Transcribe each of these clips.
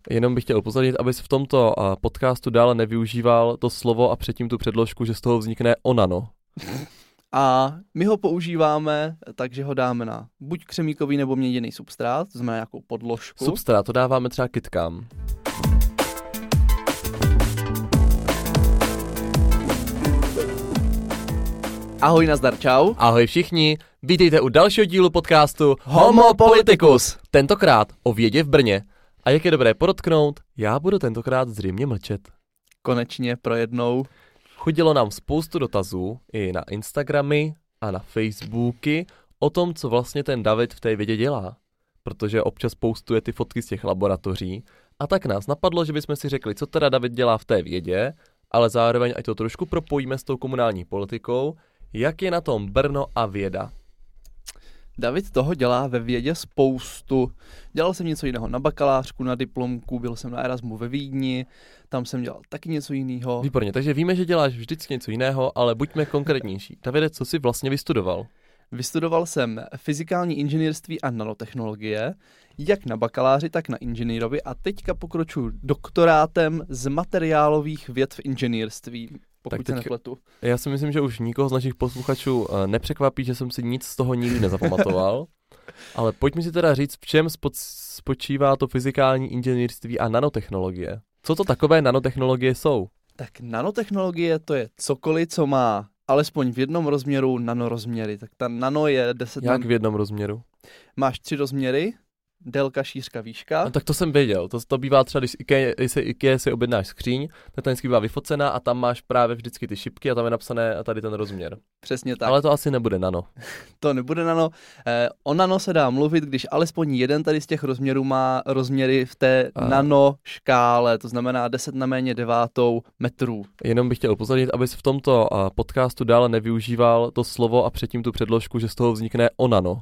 Jenom bych chtěl upozornit, abys v tomto podcastu dále nevyužíval to slovo a předtím tu předložku, že z toho vznikne onano. A my ho používáme, takže ho dáme na buď křemíkový nebo měděný substrát, to znamená nějakou podložku. Substrát, to dáváme třeba kytkám. Ahoj, nazdar, čau. Ahoj všichni, vítejte u dalšího dílu podcastu Homo Politicus. Tentokrát o vědě v Brně. A jak je dobré podotknout, já budu tentokrát zřejmě mlčet. Konečně pro jednou. Chodilo nám spoustu dotazů i na Instagramy a na Facebooky o tom, co vlastně ten David v té vědě dělá. Protože občas postuje ty fotky z těch laboratoří. A tak nás napadlo, že bychom si řekli, co teda David dělá v té vědě, ale zároveň ať to trošku propojíme s tou komunální politikou, jak je na tom Brno a věda. David toho dělá ve vědě spoustu. Dělal jsem něco jiného na bakalářku, na diplomku, byl jsem na Erasmu ve Vídni, tam jsem dělal taky něco jiného. Výborně, takže víme, že děláš vždycky něco jiného, ale buďme konkrétnější. Davide, co jsi vlastně vystudoval? Vystudoval jsem fyzikální inženýrství a nanotechnologie, jak na bakaláři, tak na inženýrovi a teďka pokročuji doktorátem z materiálových věd v inženýrství. Pokud se nepletu. Já si myslím, že už nikoho z našich posluchačů nepřekvapí, že jsem si nic z toho nikdy nezapamatoval. Ale pojďme si teda říct, v čem spočívá to fyzikální inženýrství a nanotechnologie. Co to takové nanotechnologie jsou? Tak nanotechnologie to je cokoliv, co má alespoň v jednom rozměru nanorozměry. Tak ta nano je 10... Jak v jednom rozměru? Máš 3 rozměry. Délka, šířka, výška. No, tak to jsem věděl. To bývá třeba, když IKEA si objednáš skříň, tak ta vždycky bývá vyfocená a tam máš právě vždycky ty šipky a tam je napsané tady ten rozměr. Přesně tak. Ale to asi nebude nano. To nebude nano. O nano se dá mluvit, když alespoň jeden tady z těch rozměrů má rozměry v té nano škále, to znamená 10 na méně 9 metrů. Jenom bych chtěl upozornit, abys v tomto podcastu dále nevyužíval to slovo a předtím tu předložku, že z toho vznikne onano.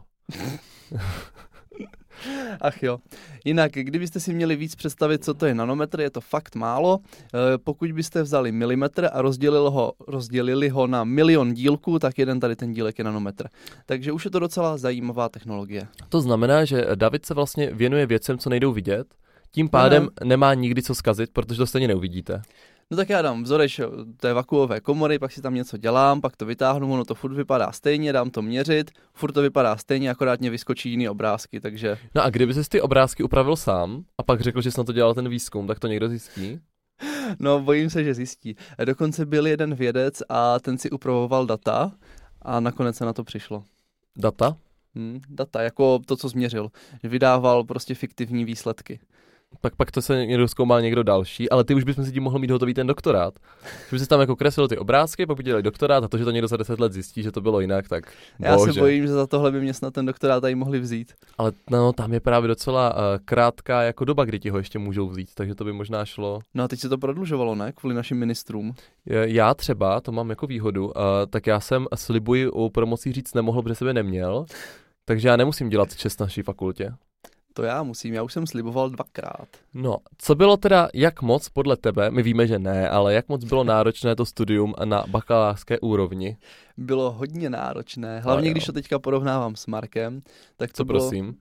Ach jo. Jinak, kdybyste si měli víc představit, co to je nanometr, je to fakt málo. Pokud byste vzali milimetr a rozdělili ho na milion dílků, tak jeden tady ten dílek je nanometr. Takže už je to docela zajímavá technologie. To znamená, že David se vlastně věnuje věcem, co nejdou vidět, tím pádem nemá nikdy co zkazit, protože to stejně neuvidíte. No tak já dám vzoreš té vakuové komory, pak si tam něco dělám, pak to vytáhnu, ono to furt vypadá stejně, dám to měřit, furt to vypadá stejně, akorát mě vyskočí jiný obrázky, takže... No a kdyby ses ty obrázky upravil sám a pak řekl, že jsi na to dělal ten výzkum, tak to někdo zjistí? No, bojím se, že zjistí. Dokonce byl jeden vědec a ten si upravoval data a nakonec se na to přišlo. Data? Data, jako to, co změřil. Vydával prostě fiktivní výsledky. Pak to se někdo zkoumal někdo další, ale ty už bychom si tím mohl mít hotový ten doktorát. Že by si tam jako kreslil ty obrázky, pokud dělali doktorát a to, že to někdo za 10 let zjistí, že to bylo jinak, tak já se bojím, že za tohle by mě snad ten doktorát tady mohli vzít. Ale no, tam je právě docela krátká jako doba, kdy ti ho ještě můžou vzít, takže to by možná šlo. No a teď se to prodlužovalo, ne? Kvůli našim ministrům. Já třeba, to mám jako výhodu, tak já jsem slibuji u promocí říct nemohl, protože sebe neměl, takže já nemusím dělat čest naší fakultě. To já musím, já už jsem sliboval 2krát. No, co bylo teda, jak moc podle tebe, my víme, že ne, ale jak moc bylo náročné to studium na bakalářské úrovni? Bylo hodně náročné, hlavně když to teďka porovnávám s Markem. Tak co bylo... prosím?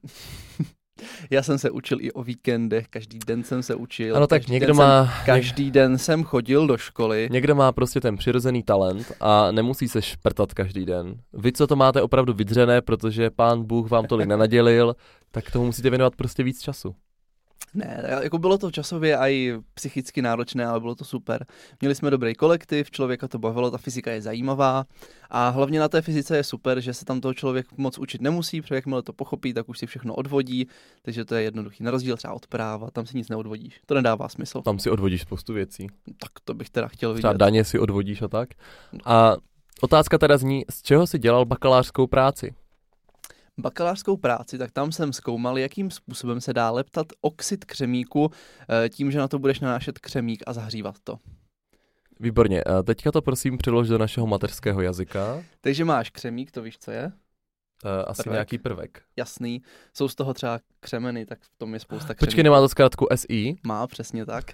Já jsem se učil i o víkendech, každý den jsem se učil. Ano, tak každý den jsem chodil do školy. Někdo má prostě ten přirozený talent a nemusí se šprtat každý den. Vy, co to máte opravdu vydřené, protože Pán Bůh vám tolik nenadělil, tak tomu musíte věnovat prostě víc času. Ne, jako bylo to časově a i psychicky náročné, ale bylo to super. Měli jsme dobrý kolektiv, člověka to bavilo, ta fyzika je zajímavá a hlavně na té fyzice je super, že se tam toho člověk moc učit nemusí, protože jakmile to pochopí, tak už si všechno odvodí, takže to je jednoduchý. Na rozdíl třeba od práva, tam si nic neodvodíš. To nedává smysl. Tam si odvodíš spoustu věcí. Tak to bych teda chtěl vidět. Třeba daně si odvodíš a tak. A otázka teda zní, z čeho jsi dělal bakalářskou práci? Bakalářskou práci, tak tam jsem zkoumal, jakým způsobem se dá leptat oxid křemíku tím, že na to budeš nanášet křemík a zahřívat to. Výborně, teďka to prosím přelož do našeho mateřského jazyka. Takže máš křemík, to víš, co je? Asi prvek. Nějaký prvek. Jasný, jsou z toho třeba křemeny, tak v tom je spousta křemíků. Počkej, nemá to zkrátku SI? Má, přesně tak.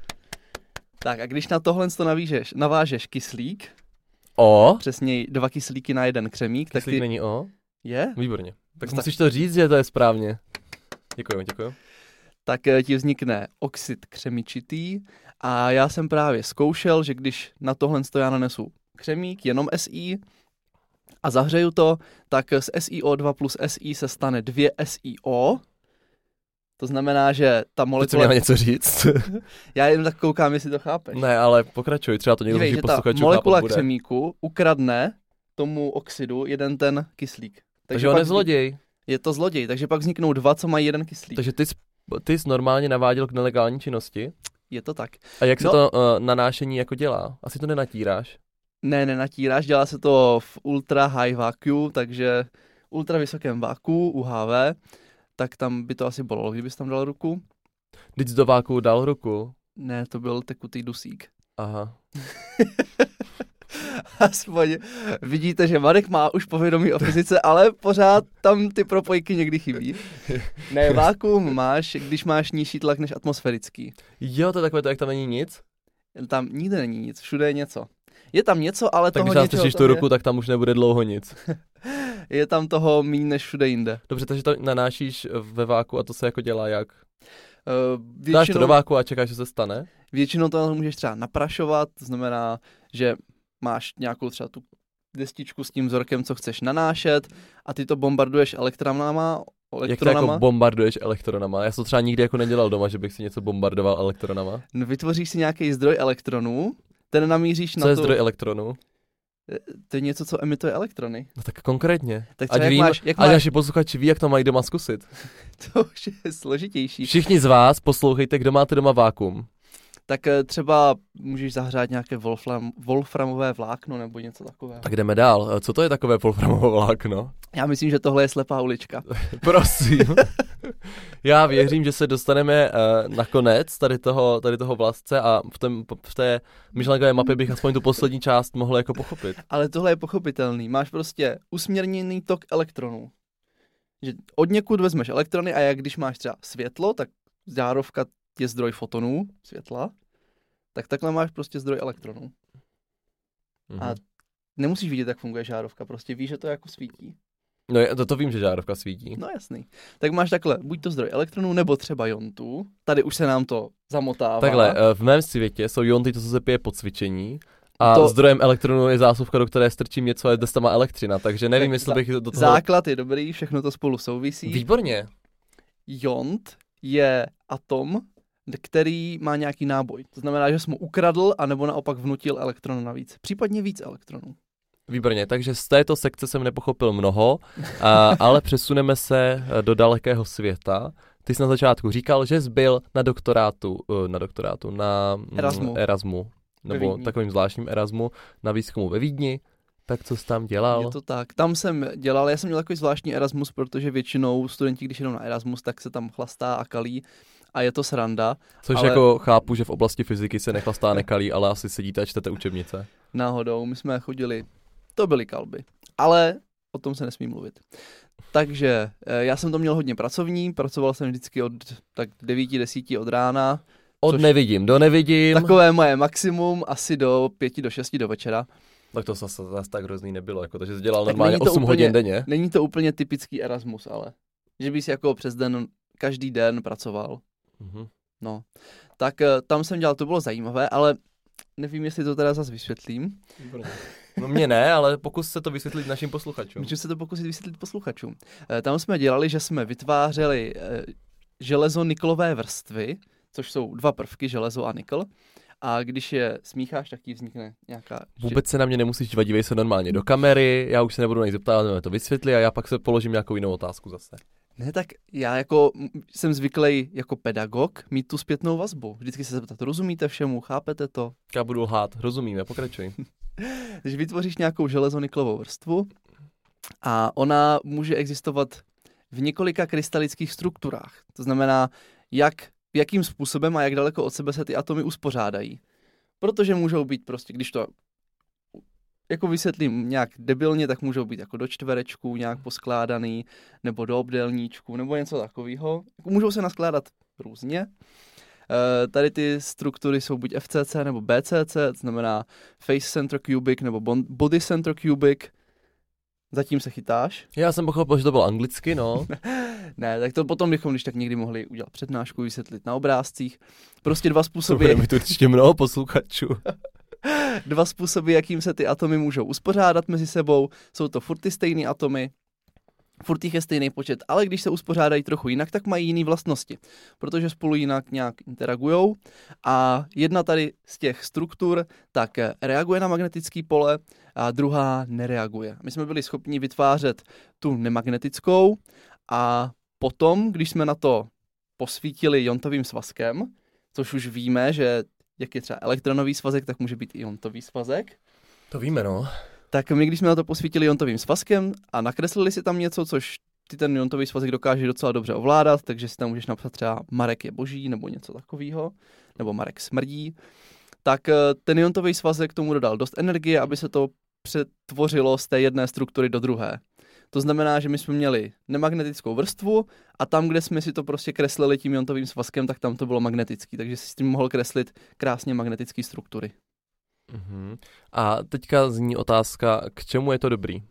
Tak a když na tohle navážeš kyslík, přesně 2 kyslíky na 1 křemík. Kyslík není O? Je? Výborně. Tak musíš to říct, že to je správně. Děkuju. tak ti vznikne oxid křemičitý a já jsem právě zkoušel, že když na tohle já nanesu křemík, jenom SI, a zahřeju to, tak z SiO2 plus Si se stane 2 SiO. To znamená, že ta molekula... Ty měla něco říct? Já jen tak koukám, jestli to chápeš. Ne, ale pokračuj, třeba to někdo z posluchačů molekula bude. křemíku ukradne tomu oxidu jeden ten kyslík. Takže on je zloděj. Je to zloděj, takže pak vzniknou dva, co mají jeden kyslík. Takže ty jsi normálně naváděl k nelegální činnosti? Je to tak. A jak se to nanášení jako dělá? Asi to nenatíráš? Ne, nenatíráš, dělá se to v ultra high vacuum, takže ultra vysokém váku, UHV, tak tam by to asi bolelo, kdybys tam dal ruku. Vždyť jsi do váku dal ruku? Ne, to byl tekutý dusík. Aha. Aspoň vidíte, že Marek má už povědomí o fyzice, ale pořád tam ty propojky někdy chybí. Ne, vákuum máš, když máš nižší tlak než atmosférický. Jo, to je takové to, jak tam není nic? Tam nikde není nic, všude je něco. Je tam něco, ale tak toho něčeho... Tak když tu ruku, tak tam už nebude dlouho nic. Je tam toho méně než všude jinde. Dobře, takže to nanášíš ve váku a to se jako dělá jak? Většinou, dáš to do váku a čekáš, že se stane? Většinou to můžeš třeba naprašovat, to znamená, že máš nějakou třeba tu destičku s tím vzorkem, co chceš nanášet a ty to bombarduješ elektronama. Jak to jako bombarduješ elektronama? Já jsem to třeba nikdy jako nedělal doma, že bych si něco bombardoval elektronama. No, vytvoříš si nějaký zdroj elektronů, ten namíříš na to... Co je zdroj elektronů? To je něco, co emituje elektrony. No tak konkrétně. Tak ať vím, a naši posluchači ví, jak to mají doma zkusit. To už je složitější. Všichni z vás poslouchejte, kdo máte doma vákuum. Tak třeba můžeš zahřát nějaké wolframové vlákno nebo něco takového. Tak jdeme dál. Co to je takové wolframové vlákno? Já myslím, že tohle je slepá ulička. Prosím. Já věřím, že se dostaneme na konec tady toho vlastce a v té myšlenkové mapě bych aspoň tu poslední část mohl jako pochopit. Ale tohle je pochopitelný. Máš prostě usměrněný tok elektronů. Že odněkud vezmeš elektrony a jak když máš třeba světlo, tak žárovka je zdroj fotonů, světla, tak takhle máš prostě zdroj elektronů. A nemusíš vidět, jak funguje žárovka, prostě víš, že to jako svítí. No to vím, že žárovka svítí. No jasný. Tak máš takhle, buď to zdroj elektronů, nebo třeba jontů. Tady už se nám to zamotává. Takhle, v mém světě jsou jonty, to, co se pije po cvičení. A zdrojem elektronů je zásuvka, do které strčím něco a zde má elektřina, takže nevím, tak jestli bych do toho... Základ je dobrý, všechno to spolu souvisí. Výborně. Jont je atom, který má nějaký náboj. To znamená, že jsi mu ukradl, anebo naopak vnutil elektron navíc. Případně víc elektronů. Výborně, takže z této sekce jsem nepochopil mnoho, ale přesuneme se do dalekého světa. Ty jsi na začátku říkal, že jsi byl na doktorátu, na Erasmu, nebo takovým zvláštním Erasmu na výzkumu ve Vídni. Tak co jsi tam dělal? Je to tak. Tam jsem dělal, já jsem měl takový zvláštní Erasmus, protože většinou studenti, když jdou na Erasmus, tak se tam chlastá a kalí. A je to sranda. Což ale... jako chápu, že v oblasti fyziky se nechlastá a nekalí, ale asi sedíte a čtete učebnice. Náhodou, my jsme chodili, to byly kalby. Ale o tom se nesmí mluvit. Takže já jsem to měl hodně pracovní, pracoval jsem vždycky od tak 9-10 od rána. Od nevidím do nevidím. Takové moje maximum, asi do 5 do 6 do večera. Tak to zase tak hrozný nebylo, jako, takže jsi dělal normálně 8 hodin denně. Není to úplně typický Erasmus, ale že bys jako přes den, každý den pracoval. Mm-hmm. No, tak tam jsem dělal, to bylo zajímavé, ale nevím, jestli to teda zase vysvětlím. No mě ne, ale pokus se to vysvětlit našim posluchačům. Můžu se to pokusit vysvětlit posluchačům. Tam jsme dělali, že jsme vytvářeli železo-niklové vrstvy, což jsou dva prvky, železo a nikl. A když je smícháš, tak ti vznikne nějaká... Vůbec se na mě nemusíš dívat, dívej se normálně do kamery, já už se nebudu nejít zeptat, to vysvětli a já pak se položím nějakou jinou otázku zase. Ne, tak já jako jsem zvyklý jako pedagog mít tu zpětnou vazbu. Vždycky se zeptat, rozumíte všemu, chápete to? Já budu lhát, rozumíme, pokračuj. Takže vytvoříš nějakou železoniklovou vrstvu a ona může existovat v několika krystalických strukturách. To znamená, jakým způsobem a jak daleko od sebe se ty atomy uspořádají. Protože můžou být prostě, když to jako vysvětlím nějak debilně, tak můžou být jako do čtverečků nějak poskládaný, nebo do obdélníčku, nebo něco takového. Můžou se naskládat různě. Tady ty struktury jsou buď FCC nebo BCC, to znamená Face Center Cubic nebo Body Center Cubic. Zatím se chytáš? Já jsem pochopil, že to bylo anglicky, no. Ne, tak to potom bychom když tak někdy mohli udělat přednášku, vysvětlit na obrázcích. Prostě dva To způsoby, bude mít určitě mnoho posluchačů. dva způsoby, jakým se ty atomy můžou uspořádat mezi sebou. Jsou to furt ty stejné atomy, furt jich je stejný počet, ale když se uspořádají trochu jinak, tak mají jiné vlastnosti, protože spolu jinak nějak interagujou a jedna tady z těch struktur tak reaguje na magnetický pole a druhá nereaguje. My jsme byli schopni vytvářet tu nemagnetickou a potom, když jsme na to posvítili iontovým svazkem, což už víme, že jak je třeba elektronový svazek, tak může být i iontový svazek, To víme, no. tak my, když jsme na to posvítili iontovým svazkem a nakreslili si tam něco, což ty ten iontový svazek dokáže docela dobře ovládat, takže si tam můžeš napsat třeba Marek je boží nebo něco takového, nebo Marek smrdí, tak ten iontový svazek tomu dodal dost energie, aby se to přetvořilo z té jedné struktury do druhé. To znamená, že my jsme měli nemagnetickou vrstvu a tam, kde jsme si to prostě kreslili tím iontovým svazkem, tak tam to bylo magnetický, takže si s tím mohl kreslit krásně magnetické struktury. Mhm. A teďka zní otázka, k čemu je to dobrý?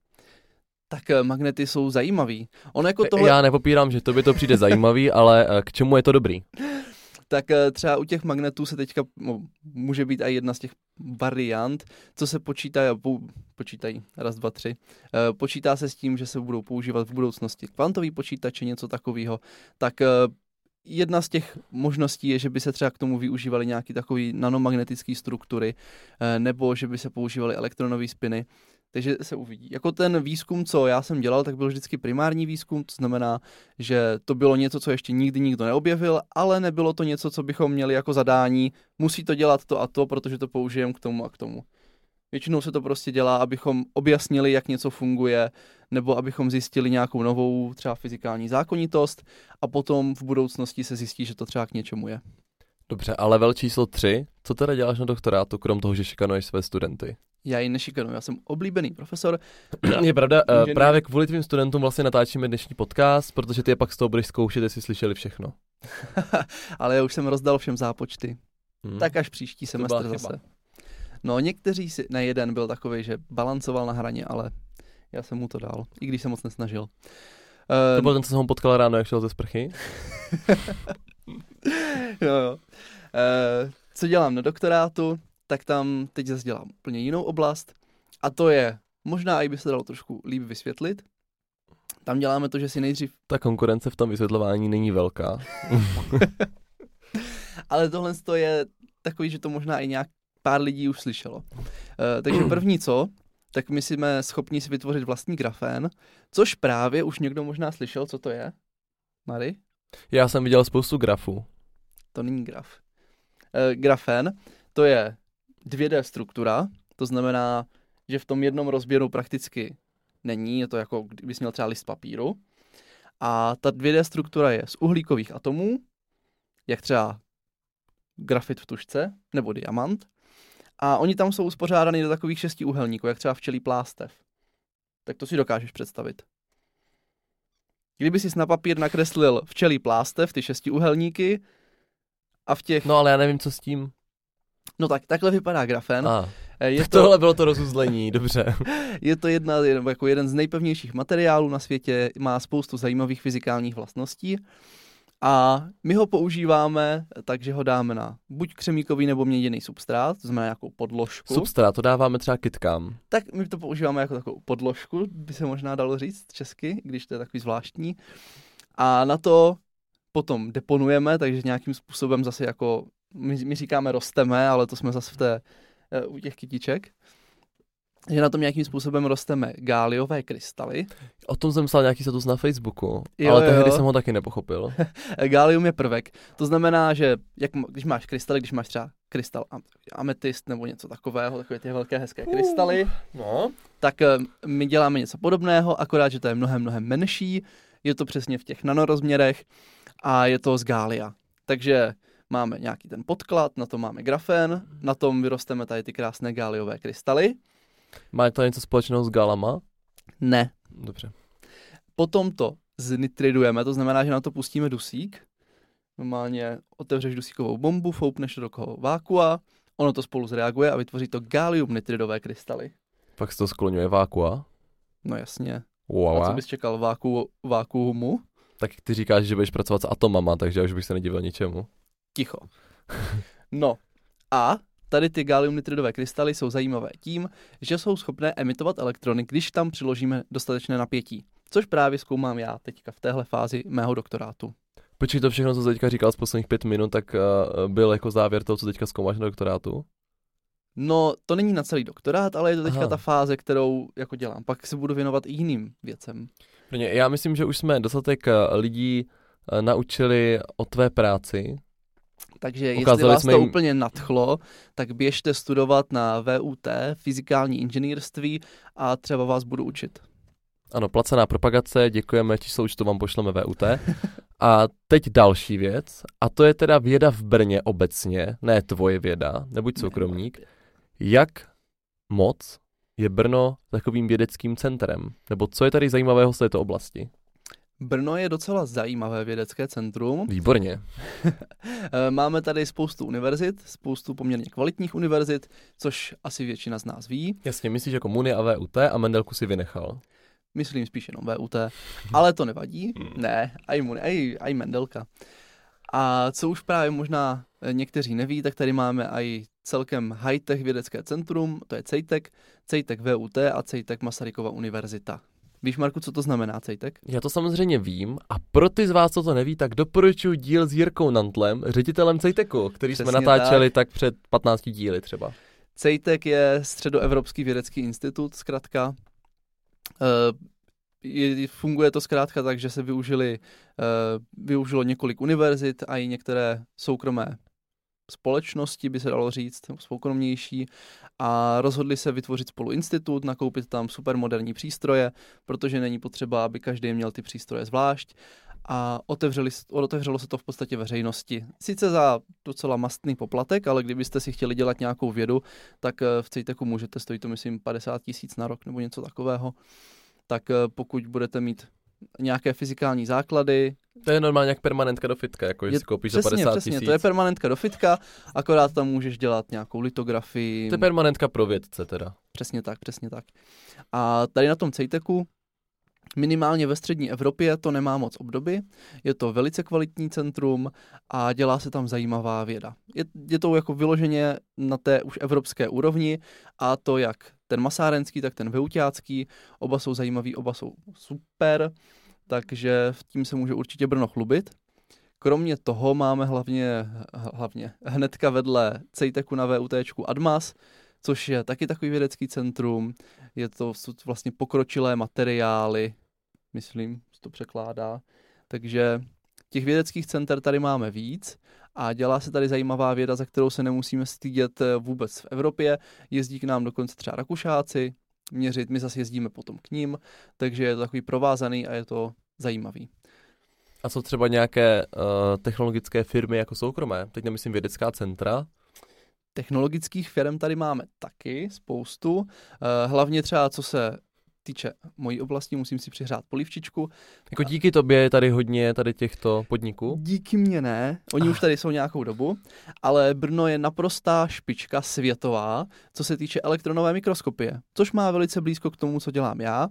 Tak magnety jsou zajímavý. On jako tohle... Já nepopírám, že tobě to přijde zajímavý, ale k čemu je to dobrý? Tak třeba u těch magnetů se teďka může být i jedna z těch variant, co se počítají, raz, dva, tři. Počítá se s tím, že se budou používat v budoucnosti kvantový počítače, něco takového. Tak jedna z těch možností je, že by se třeba k tomu využívaly nějaké takové nanomagnetické struktury, nebo že by se používaly elektronové spiny. Takže se uvidí. Jako ten výzkum, co já jsem dělal, tak byl vždycky primární výzkum, to znamená, že to bylo něco, co ještě nikdy nikdo neobjevil, ale nebylo to něco, co bychom měli jako zadání, musí to dělat to a to, protože to použijeme k tomu a k tomu. Většinou se to prostě dělá, abychom objasnili, jak něco funguje, nebo abychom zjistili nějakou novou třeba fyzikální zákonitost a potom v budoucnosti se zjistí, že to třeba k něčemu je. Dobře, ale level číslo 3, co teda děláš na doktorátu, krom toho, že šikanuješ své studenty? Já ji nešikanuju, já jsem oblíbený profesor. Je pravda, právě kvůli tvým studentům vlastně natáčíme dnešní podcast, protože ty je pak z toho budeš zkoušet, jestli slyšeli všechno. Ale já už jsem rozdal všem zápočty. Tak až příští semestr zase. No někteří si, ne jeden byl takový, že balancoval na hraně, ale já jsem mu to dal, i když se moc nesnažil. To byl ten, co jsem ho potkal ráno, jak šel ze sprchy? Jo. Co dělám na doktorátu, tak tam teď zase dělám úplně jinou oblast a to je, možná i by se dalo trošku líp vysvětlit. Tam děláme to, že si nejdřív... Ta konkurence v tom vysvětlování není velká. Ale tohle je takový, že to možná i nějak pár lidí už slyšelo. Takže první co, tak my jsme schopni si vytvořit vlastní grafén, což právě už někdo možná slyšel, co to je. Mary? Já jsem viděl spoustu grafů. To není graf. Grafén, to je 2D struktura, to znamená, že v tom jednom rozběru prakticky není, je to jako kdybys měl třeba list papíru. A ta 2D struktura je z uhlíkových atomů, jak třeba grafit v tužce nebo diamant. A oni tam jsou uspořádaný do takových 6 úhelníků, jak třeba včelí plástev. Tak to si dokážeš představit. Kdyby si na papír nakreslil včelí plástev, ty 6 úhelníky, a v těch... No ale já nevím, co s tím. No tak, takhle vypadá grafén. Tohle bylo to rozuzlení, dobře. Je to jako jeden z nejpevnějších materiálů na světě, má spoustu zajímavých fyzikálních vlastností a my ho používáme, takže ho dáme na buď křemíkový nebo měděný substrát, to znamená nějakou podložku. Substrát, to dáváme třeba kytkám. Tak my to používáme jako takovou podložku, by se možná dalo říct česky, když to je takový zvláštní. A na to potom deponujeme, takže nějakým způsobem zase jako, my říkáme rosteme, ale to jsme zase u těch kytiček, že na tom nějakým způsobem rosteme gáliové krystaly. O tom jsem psal nějaký status na Facebooku, ale tehdy jsem ho taky nepochopil. Gálium je prvek. To znamená, že když máš krystaly, když máš třeba krystal ametyst nebo něco takového, takové ty velké hezké krystaly, tak my děláme něco podobného, akorát, že to je mnohem menší, je to přesně v těch nanorozměrech a je to z gália. Takže máme nějaký ten podklad, na tom máme grafén, na tom vyrosteme tady ty krásné gáliové krystaly. Má to něco společného s galama? Ne. Dobře. Potom to znitridujeme, to znamená, že na to pustíme dusík. Normálně otevřeš dusíkovou bombu, foupneš to do toho vákua, ono to spolu zreaguje a vytvoří to gálium nitridové krystaly. Pak se to skloňuje vákua? No jasně. Wow. A co bys čekal, vákuumu? Tak ty říkáš, že budeš pracovat s atomama, takže já už bych se nedivil ničemu. Ticho. No a tady ty gallium-nitridové krystaly jsou zajímavé tím, že jsou schopné emitovat elektrony, když tam přiložíme dostatečné napětí. Což právě zkoumám já teďka v téhle fázi mého doktorátu. Počkej, to všechno, co jsi teďka říkal z posledních 5 minut, tak byl jako závěr toho, co teďka zkoumáš na doktorátu? No, to není na celý doktorát, ale je to teďka ta fáze, kterou jako dělám. Pak se budu věnovat i jiným věcem. Já myslím, že už jsme dostatek lidí naučili o tvé práci. Takže jestli vás to úplně nadchlo, tak běžte studovat na VUT, fyzikální inženýrství a třeba vás budu učit. Ano, placená propagace, děkujeme, číslo účtu vám pošleme VUT. A teď další věc, a to je teda věda v Brně obecně, ne tvoje věda, nebuď soukromník. Jak moc je Brno takovým vědeckým centrem? Nebo co je tady zajímavého z této oblasti? Brno je docela zajímavé vědecké centrum. Výborně. Máme tady spoustu univerzit, spoustu poměrně kvalitních univerzit, což asi většina z nás ví. Jasně, myslíš jako Muny a VUT a Mendelku si vynechal. Myslím spíš jenom VUT, ale to nevadí. Ne, aj Muny, aj Mendelka. A co už právě možná někteří neví, tak tady máme i celkem high-tech vědecké centrum, to je CEJTEC VUT a CEJTEC Masarykova univerzita. Víš, Marku, co to znamená CEJTEC? Já to samozřejmě vím a pro ty z vás, co to neví, tak doporučuji díl s Jirkou Nantlem, ředitelem CEJTECu, který Přesně jsme natáčeli tak před 15 díly třeba. CEJTEC je Středoevropský vědecký institut, zkrátka. Funguje to zkrátka tak, že se využilo několik univerzit a i některé soukromé společnosti, by se dalo říct, soukromnější, a rozhodli se vytvořit spolu institut, nakoupit tam supermoderní přístroje, protože není potřeba, aby každý měl ty přístroje zvlášť, a otevřelo se to v podstatě veřejnosti. Sice za docela mastný poplatek, ale kdybyste si chtěli dělat nějakou vědu, tak v CEJTECu můžete, stojí to myslím 50 000 na rok nebo něco takového. Tak pokud budete mít nějaké fyzikální základy. To je normálně jak permanentka do fitka, jako že si koupíš za 50 000. Přesně, to je permanentka do fitka, akorát tam můžeš dělat nějakou litografii. To je permanentka pro vědce teda. Přesně tak. A tady na tom CEJTECu, minimálně ve střední Evropě, to nemá moc obdoby. Je to velice kvalitní centrum a dělá se tam zajímavá věda. Je to jako vyloženě na té už evropské úrovni, a to jak ten masárenský, tak ten VUTácký. Oba jsou zajímaví, oba jsou super, takže v tím se může určitě Brno chlubit. Kromě toho máme hlavně hnedka vedle CEJTECu na VUTčku ADMAS, což je taky takový vědecký centrum. Je to vlastně pokročilé materiály, myslím, se to překládá. Takže těch vědeckých center tady máme víc a dělá se tady zajímavá věda, za kterou se nemusíme stydět vůbec v Evropě. Jezdí k nám dokonce třeba Rakušáci měřit, my zase jezdíme potom k ním, takže je to takový provázaný a je to zajímavý. A co třeba nějaké technologické firmy jako soukromé? Teď nemyslím vědecká centra. Technologických firm tady máme taky spoustu, hlavně třeba co se týče mojí oblasti, musím si přihrát polívčičku. Jako díky tobě je tady hodně tady těchto podniků? Díky mně ne, oni už tady jsou nějakou dobu, ale Brno je naprostá špička světová, co se týče elektronové mikroskopie, což má velice blízko k tomu, co dělám já.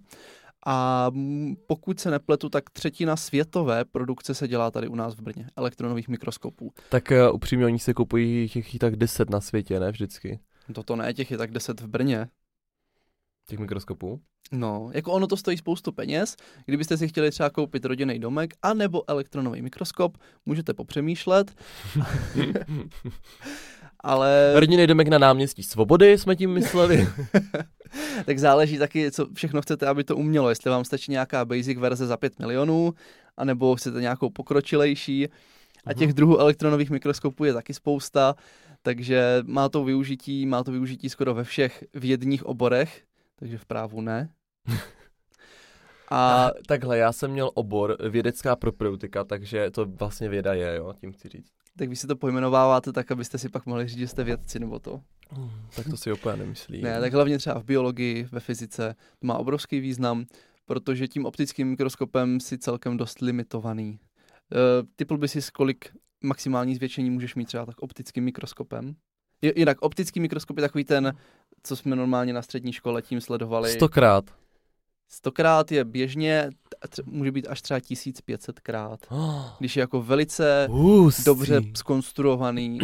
A pokud se nepletu, tak 1/3 světové produkce se dělá tady u nás v Brně, elektronových mikroskopů. Tak upřímně oni se kupují těch tak 10 na světě, ne vždycky? Toto ne, těch je tak 10 v Brně. Těch mikroskopů? No, jako ono to stojí spoustu peněz. Kdybyste si chtěli třeba koupit rodinný domek anebo elektronový mikroskop, můžete popřemýšlet. Ale... Rodinný domek na náměstí Svobody jsme tím mysleli. Tak záleží taky, co všechno chcete, aby to umělo. Jestli vám stačí nějaká basic verze za 5 milionů, anebo chcete nějakou pokročilejší. A těch druhů elektronových mikroskopů je taky spousta, takže má to využití skoro ve všech vědních oborech, takže v právu ne. A takhle, já jsem měl obor vědecká propedeutika, takže to vlastně věda je, jo, tím chci říct. Tak vy si to pojmenováváte tak, abyste si pak mohli říct, že jste vědci, nebo to? Tak to si úplně nemyslím. Ne, tak hlavně třeba v biologii, ve fyzice, to má obrovský význam, protože tím optickým mikroskopem si celkem dost limitovaný. Tipl by si, kolik maximální zvětšení můžeš mít třeba tak optickým mikroskopem? Jinak optický mikroskop je takový ten, co jsme normálně na střední škole tím sledovali. 100krát. 100krát je běžně, může být až třeba 1500krát. Když je jako velice dobře zkonstruovaný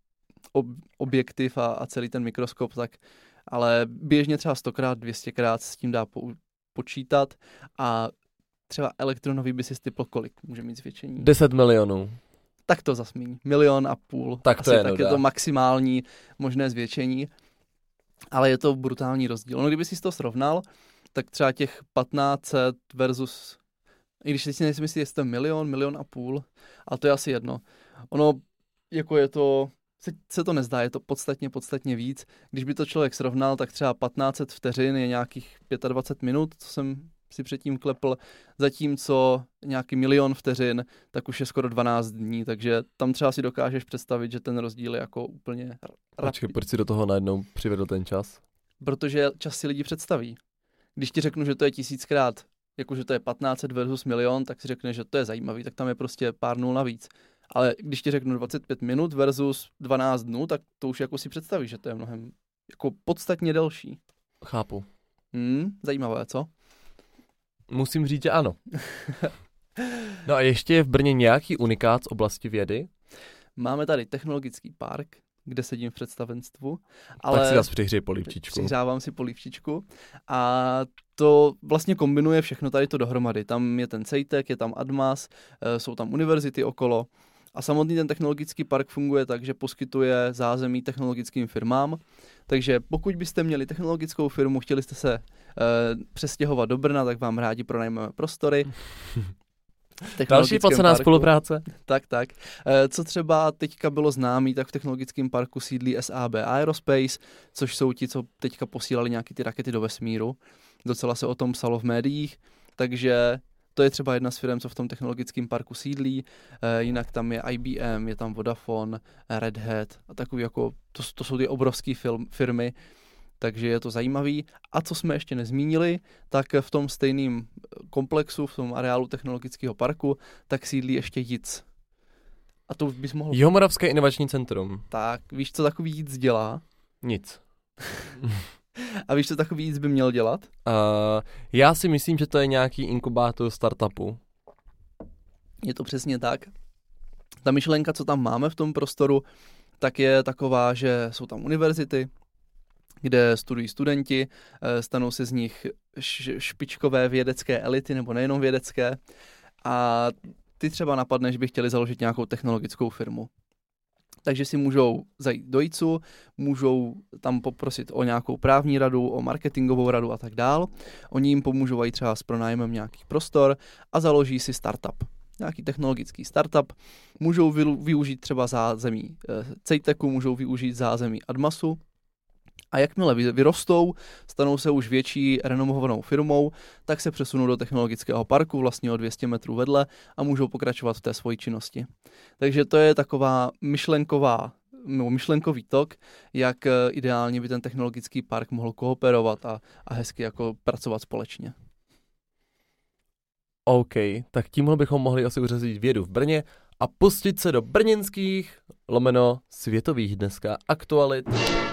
objektiv a celý ten mikroskop, tak ale běžně třeba 100krát, 200krát s tím dá počítat a třeba elektronový by si stipl kolik může mít zvětšení? 10 milionů. Tak to zasmíň. 1,5 milionu. Tak to je to maximální možné zvětšení. Ale je to brutální rozdíl. No, kdyby si to srovnal, tak třeba těch 1500 versus, i když teď si nejsem jistý, jestli to je 1,5 milionu, ale to je asi jedno. Ono, jako je to, se to nezdá, je to podstatně víc. Když by to člověk srovnal, tak třeba 1500 vteřin je nějakých 25 minut, co jsem si předtím klepl, zatímco nějaký 1 milion vteřin, tak už je skoro 12 dní, takže tam třeba si dokážeš představit, že ten rozdíl je jako úplně Počkej, proč si do toho najednou přivedl ten čas? Protože čas si lidi představí. Když ti řeknu, že to je 1000krát, jakože to je 1500 versus 1 milion, tak si řekne, že to je zajímavý, tak tam je prostě pár nul navíc. Ale když ti řeknu 25 minut versus 12 dnů, tak to už jako si představíš, že to je mnohem jako podstatně delší. Chápu. Zajímavé, co? Musím říct, že ano. No a ještě je v Brně nějaký unikát z oblasti vědy? Máme tady technologický park, kde sedím v představenstvu. Ale tak si zase přihřej polívčičku. Přihrávám si polívčičku a to vlastně kombinuje všechno tady to dohromady. Tam je ten CEJTEC, je tam ADMAS, jsou tam univerzity okolo a samotný ten technologický park funguje tak, že poskytuje zázemí technologickým firmám. Takže pokud byste měli technologickou firmu, chtěli jste se přestěhovat do Brna, tak vám rádi pronajmeme prostory. Další placená spolupráce. Tak. Co třeba teďka bylo známý, tak v technologickém parku sídlí SAB Aerospace, což jsou ti, co teďka posílali nějaký ty rakety do vesmíru. Docela se o tom psalo v médiích, takže to je třeba jedna z firm, co v tom technologickém parku sídlí. Jinak tam je IBM, je tam Vodafone, Red Hat a takový jako, to jsou ty obrovské firmy, takže je to zajímavý. A co jsme ještě nezmínili, tak v tom stejném komplexu, v tom areálu technologického parku, tak sídlí ještě JIC. A to bys mohl... Jihomoravské inovační centrum. Tak, víš, co takový JIC dělá? Nic. A víš, co takový JIC by měl dělat? Já si myslím, že to je nějaký inkubátor startupu. Je to přesně tak. Ta myšlenka, co tam máme v tom prostoru, tak je taková, že jsou tam univerzity, kde studují studenti, stanou se z nich špičkové vědecké elity, nebo nejenom vědecké, a ty třeba napadne, že by chtěli založit nějakou technologickou firmu. Takže si můžou zajít do JICu, můžou tam poprosit o nějakou právní radu, o marketingovou radu a tak dál. Oni jim pomůžou i třeba s pronájmem nějaký prostor a založí si startup. Nějaký technologický startup. Můžou využít třeba zázemí CEJTECu, můžou využít zázemí ADMASu. A jakmile vyrostou, stanou se už větší renomovanou firmou, tak se přesunou do technologického parku, vlastně o 200 metrů vedle, a můžou pokračovat v té svoji činnosti. Takže to je taková myšlenkový tok, jak ideálně by ten technologický park mohl kooperovat a hezky jako pracovat společně. OK, tak tímhle bychom mohli asi uřezit vědu v Brně a pustit se do brněnských / světových dneska aktualit.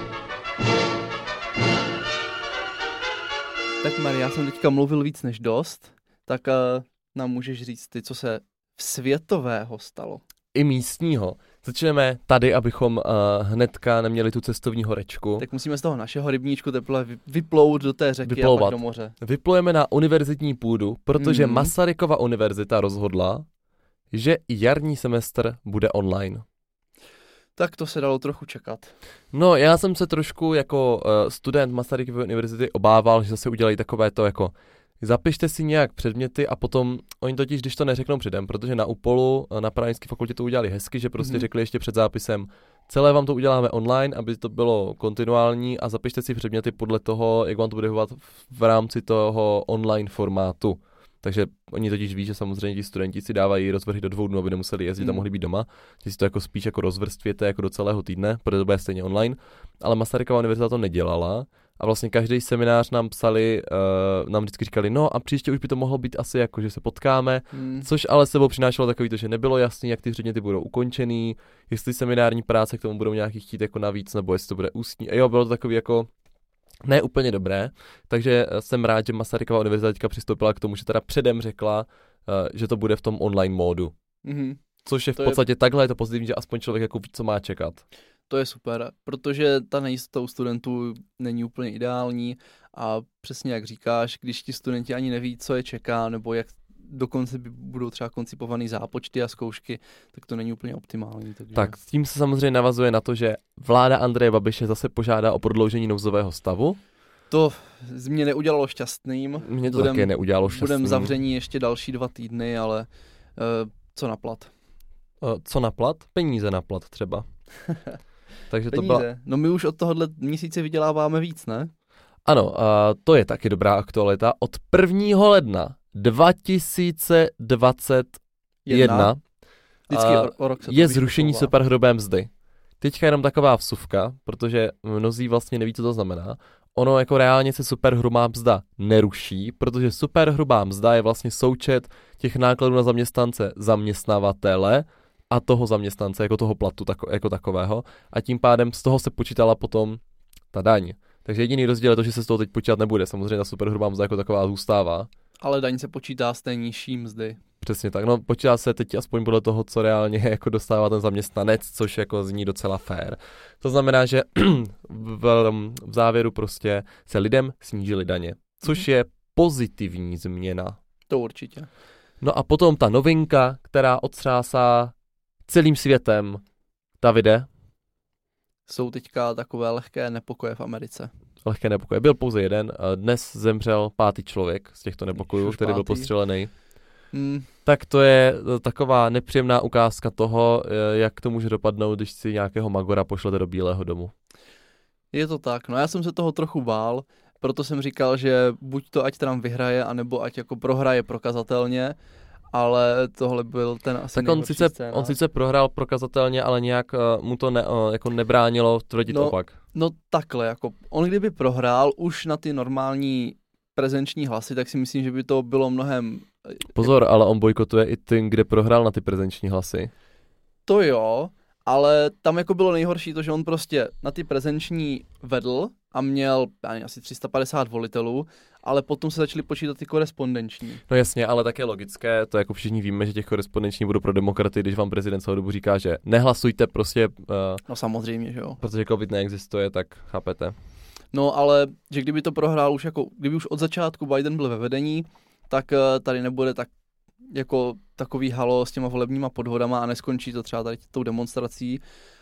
Tak Maria, já jsem teďka mluvil víc než dost, tak nám můžeš říct ty, co se světového stalo. I místního. Začneme tady, abychom hnedka neměli tu cestovní horečku. Tak musíme z toho našeho rybníčku teple vyplout do té řeky a pak do moře. Vyplujeme na univerzitní půdu, protože Masarykova univerzita rozhodla, že jarní semestr bude online. Tak to se dalo trochu čekat. No, já jsem se trošku jako student Masarykovy univerzity obával, že zase udělají takové to jako zapište si nějak předměty a potom oni totiž, když to neřeknou předem, protože na UPOLu, na právnické fakultě to udělali hezky, že prostě řekli ještě před zápisem, celé vám to uděláme online, aby to bylo kontinuální a zapište si předměty podle toho, jak vám to bude vyhovovat v rámci toho online formátu. Takže oni totiž ví, že samozřejmě ti studenti si dávají rozvrhy do 2 dnů, aby nemuseli jezdit a mohli být doma. Že si to jako spíš jako rozvrstvěte jako do celého týdne, protože to bude stejně online. Ale Masarykova univerzita to nedělala a vlastně každý seminář nám psali, nám vždycky říkali, no a příště už by to mohlo být asi jako, že se potkáme, což ale sebou přinášelo takový to, že nebylo jasný, jak ty předměty budou ukončený, jestli seminární práce k tomu budou nějaký chtít jako navíc, nebo jestli to bude ústní. A jo, bylo to takový jako ne úplně dobré, takže jsem rád, že Masarykova univerzita teďka přistoupila k tomu, že teda předem řekla, že to bude v tom online módu. Mhm. Což je v podstatě takhle, je to pozitivní, že aspoň člověk jako ví, co má čekat. To je super, protože ta nejistota u studentů není úplně ideální a přesně jak říkáš, když ti studenti ani neví, co je čeká, nebo jak dokonce budou třeba koncipovaný zápočty a zkoušky, tak to není úplně optimální. Takže... Tak s tím se samozřejmě navazuje na to, že vláda Andreje Babiše zase požádá o prodloužení nouzového stavu. To z mě neudělalo šťastným. Mě to také neudělalo šťastným. Budem zavření ještě další 2 týdny, ale co na plat? Co na plat? Peníze na plat třeba. Takže Peníze. to byla... No my už od tohohle měsíce vyděláváme víc, ne? Ano, to je taky dobrá aktualita. Od 1. ledna 2021 o rok je zrušení superhrubé mzdy. Teďka jenom taková vsuvka, protože mnozí vlastně neví, co to znamená. Ono jako reálně se superhrubá mzda neruší, protože superhrubá mzda je vlastně součet těch nákladů na zaměstnance zaměstnavatele a toho zaměstnance jako toho platu jako takového a tím pádem z toho se počítala potom ta daň. Takže jediný rozdíl je to, že se z toho teď počítat nebude. Samozřejmě ta superhrubá mzda jako taková zůstává. Ale daň se počítá z té nižší mzdy. Přesně tak. No počítá se teď aspoň podle toho, co reálně jako dostává ten zaměstnanec, což jako zní docela fair. To znamená, že v závěru prostě se lidem snížily daně, což je pozitivní změna. To určitě. No a potom ta novinka, která otřásá celým světem. Davide? Jsou teďka takové lehké nepokoje v Americe. Lehké nepokoje. Byl pouze jeden. Dnes zemřel 5. člověk z těchto nepokojů, který byl postřelený. Tak to je taková nepříjemná ukázka toho, jak to může dopadnout, když si nějakého magora pošlete do Bílého domu. Je to tak. No já jsem se toho trochu bál, proto jsem říkal, že buď to ať Trump vyhraje, anebo ať jako prohraje prokazatelně, ale tohle byl ten asi nejhorší scénář. On sice prohrál prokazatelně, ale nějak mu to jako nebránilo tvrdit opak. No takhle, jako on kdyby prohrál už na ty normální prezenční hlasy, tak si myslím, že by to bylo mnohem... Pozor, ale on bojkotuje i tím, kde prohrál na ty prezenční hlasy. To jo, ale tam jako bylo nejhorší to, že on prostě na ty prezenční vedl a měl asi 350 volitelů, ale potom se začaly počítat ty korespondenční. No jasně, ale tak je logické, to jako všichni víme, že těch korespondenční budou pro demokraty, když vám prezident celou dobu říká, že nehlasujte prostě... No samozřejmě, že jo. Protože covid neexistuje, tak chápete. No ale, že kdyby to prohrál už jako, kdyby už od začátku Biden byl ve vedení, tak tady nebude tak jako takový halo s těma volebníma podvodama a neskončí to třeba tady tou demonstrací,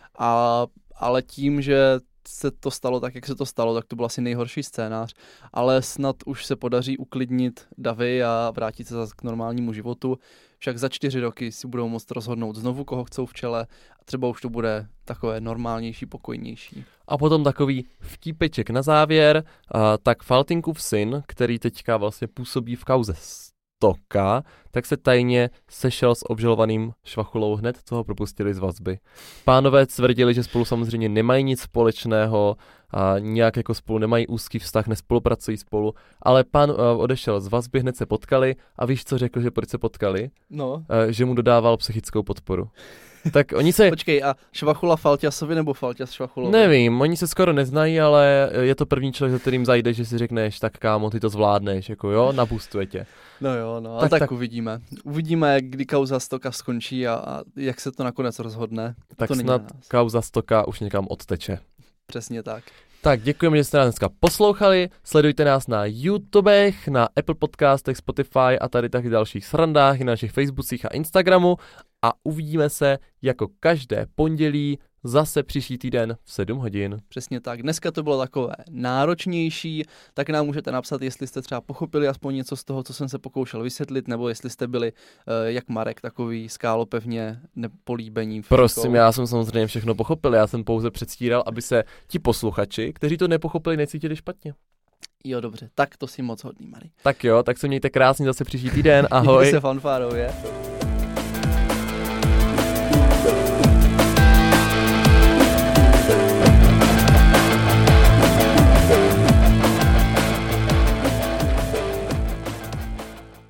ale tím, že se to stalo tak, jak se to stalo, tak to byl asi nejhorší scénář, ale snad už se podaří uklidnit davy a vrátit se zase k normálnímu životu, však za 4 roky si budou moct rozhodnout znovu, koho chcou v čele a třeba už to bude takové normálnější, pokojnější. A potom takový vtípeček na závěr, tak Faltýnkův syn, který teďka vlastně působí v kauze Stoka, tak se tajně sešel s obžalovaným Švachulou hned, co ho propustili z vazby. Pánové tvrdili, že spolu samozřejmě nemají nic společného a nějak jako spolu nemají úzký vztah, nespolupracují spolu, ale pán odešel z vazby, hned se potkali a víš, co řekl, že proč se potkali? No. Že mu dodával psychickou podporu. Tak oni se... Počkej, a Švachula Falťasovi nebo Falťas Švachulovi? Nevím, oni se skoro neznají, ale je to první člověk, za kterým zajdeš, že si řekneš, tak kámo, ty to zvládneš, jako jo, nabustuje tě. No jo, no, a tak uvidíme. Uvidíme, kdy kauza Stoka skončí a jak se to nakonec rozhodne. Tak to snad kauza Stoka už někam odteče. Přesně tak. Tak děkujeme, že jste nás dneska poslouchali, sledujte nás na YouTubech, na Apple Podcastech, Spotify a tady taky dalších srandách i na našich Facebookích a Instagramu a uvidíme se jako každé pondělí zase příští týden v 7 hodin. Přesně tak. Dneska to bylo takové náročnější, tak nám můžete napsat, jestli jste třeba pochopili aspoň něco z toho, co jsem se pokoušel vysvětlit, nebo jestli jste byli jak Marek, takový skálopevně nepolíbení. Prosím, já jsem samozřejmě všechno pochopil, já jsem pouze předstíral, aby se ti posluchači, kteří to nepochopili, necítili špatně. Jo, dobře, tak to si moc hodný, Mary. Tak jo, tak se mějte krásně zase příští týden, ahoj. Mějte se fanfárově.